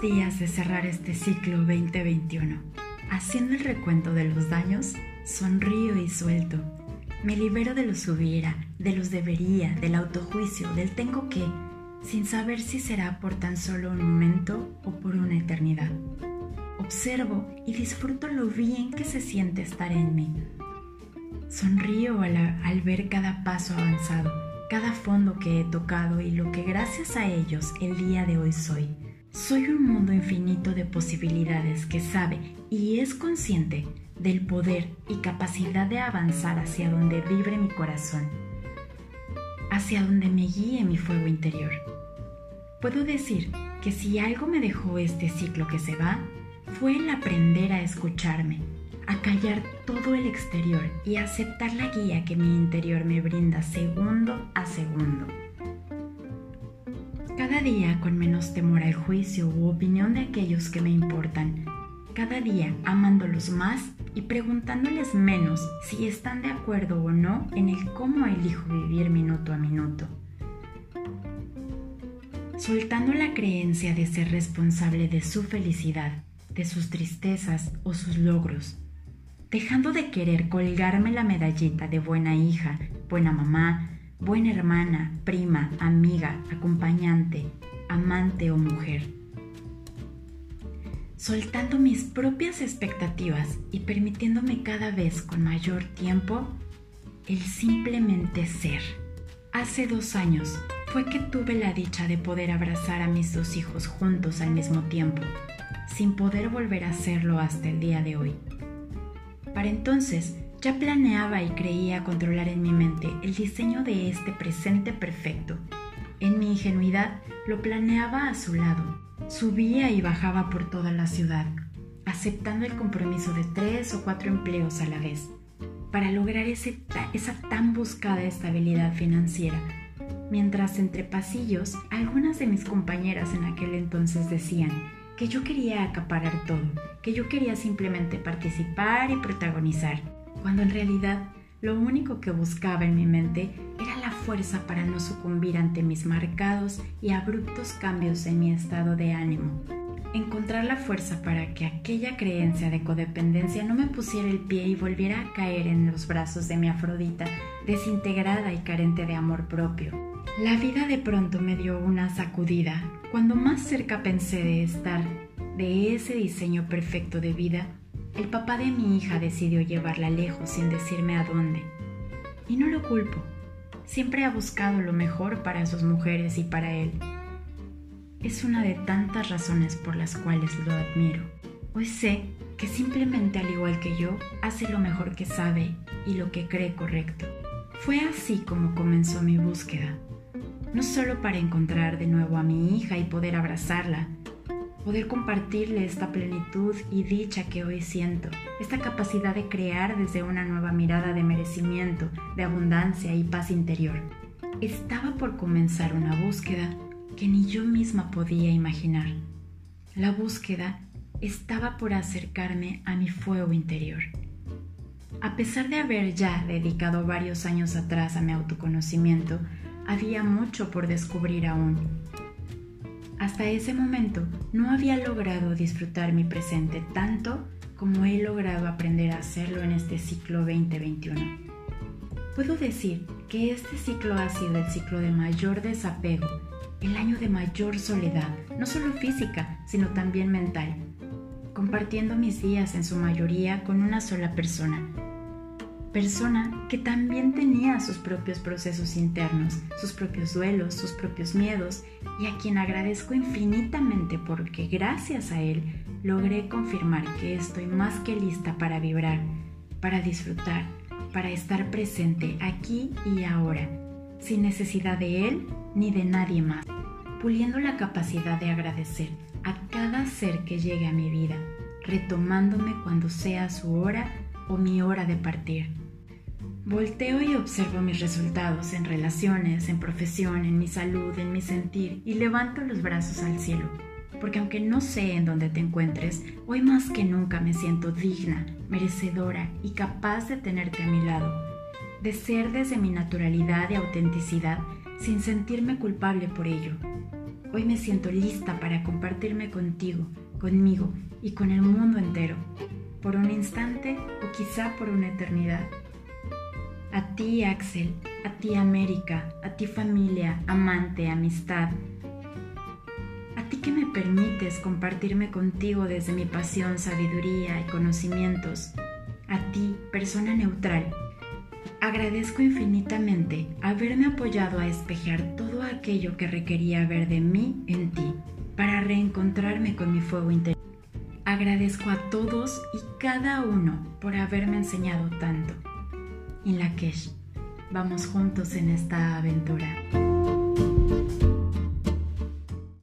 días de cerrar este ciclo 2021. Haciendo el recuento de los daños, sonrío y suelto. Me libero de los hubiera, de los debería, del autojuicio, del tengo que, sin saber si será por tan solo un momento o por una eternidad. Observo y disfruto lo bien que se siente estar en mí. Sonrío al ver cada paso avanzado, cada fondo que he tocado y lo que gracias a ellos el día de hoy soy. Soy un mundo infinito de posibilidades que sabe y es consciente del poder y capacidad de avanzar hacia donde vibre mi corazón, hacia donde me guíe mi fuego interior. Puedo decir que si algo me dejó este ciclo que se va, fue el aprender a escucharme, a callar todo el exterior y a aceptar la guía que mi interior me brinda segundo a segundo. Cada día con menos temor al juicio u opinión de aquellos que me importan, cada día amándolos más y preguntándoles menos si están de acuerdo o no en el cómo elijo vivir minuto a minuto. Soltando la creencia de ser responsable de su felicidad, de sus tristezas o sus logros, dejando de querer colgarme la medallita de buena hija, buena mamá, buena hermana, prima, amiga, acompañante, amante o mujer. Soltando mis propias expectativas y permitiéndome cada vez con mayor tiempo el simplemente ser. Hace 2 años fue que tuve la dicha de poder abrazar a mis 2 hijos juntos al mismo tiempo, sin poder volver a hacerlo hasta el día de hoy. Para entonces, ya planeaba y creía controlar en mi mente el diseño de este presente perfecto. En mi ingenuidad, lo planeaba a su lado. Subía y bajaba por toda la ciudad, aceptando el compromiso de 3 o 4 empleos a la vez, para lograr esa tan buscada estabilidad financiera. Mientras entre pasillos, algunas de mis compañeras en aquel entonces decían que yo quería acaparar todo, que yo quería simplemente participar y protagonizar, cuando en realidad lo único que buscaba en mi mente era la fuerza para no sucumbir ante mis marcados y abruptos cambios en mi estado de ánimo. Encontrar la fuerza para que aquella creencia de codependencia no me pusiera el pie y volviera a caer en los brazos de mi Afrodita, desintegrada y carente de amor propio. La vida de pronto me dio una sacudida. Cuando más cerca pensé de estar de ese diseño perfecto de vida, el papá de mi hija decidió llevarla lejos sin decirme a dónde. Y no lo culpo. Siempre ha buscado lo mejor para sus mujeres y para él. Es una de tantas razones por las cuales lo admiro. Hoy sé que simplemente al igual que yo, hace lo mejor que sabe y lo que cree correcto. Fue así como comenzó mi búsqueda. No solo para encontrar de nuevo a mi hija y poder abrazarla, poder compartirle esta plenitud y dicha que hoy siento, esta capacidad de crear desde una nueva mirada de merecimiento, de abundancia y paz interior. Estaba por comenzar una búsqueda que ni yo misma podía imaginar. La búsqueda estaba por acercarme a mi fuego interior. A pesar de haber ya dedicado varios años atrás a mi autoconocimiento, había mucho por descubrir aún. Hasta ese momento no había logrado disfrutar mi presente tanto como he logrado aprender a hacerlo en este ciclo 2021. Puedo decir que este ciclo ha sido el ciclo de mayor desapego, el año de mayor soledad, no solo física, sino también mental, compartiendo mis días en su mayoría con una sola persona que también tenía sus propios procesos internos, sus propios duelos, sus propios miedos, y a quien agradezco infinitamente porque gracias a él logré confirmar que estoy más que lista para vibrar, para disfrutar, para estar presente aquí y ahora, sin necesidad de él ni de nadie más, puliendo la capacidad de agradecer a cada ser que llegue a mi vida, retomándome cuando sea su hora o mi hora de partir. Volteo y observo mis resultados en relaciones, en profesión, en mi salud, en mi sentir y levanto los brazos al cielo, porque aunque no sé en dónde te encuentres, hoy más que nunca me siento digna, merecedora y capaz de tenerte a mi lado, de ser desde mi naturalidad y autenticidad sin sentirme culpable por ello. Hoy me siento lista para compartirme contigo, conmigo y con el mundo entero, por un instante o quizá por una eternidad. A ti, Axel, a ti, América, a ti, familia, amante, amistad. A ti que me permites compartirme contigo desde mi pasión, sabiduría y conocimientos. A ti, persona neutral. Agradezco infinitamente haberme apoyado a despejar todo aquello que requería ver de mí en ti, para reencontrarme con mi fuego interior. Agradezco a todos y cada uno por haberme enseñado tanto. In Lak'ech, vamos juntos en esta aventura.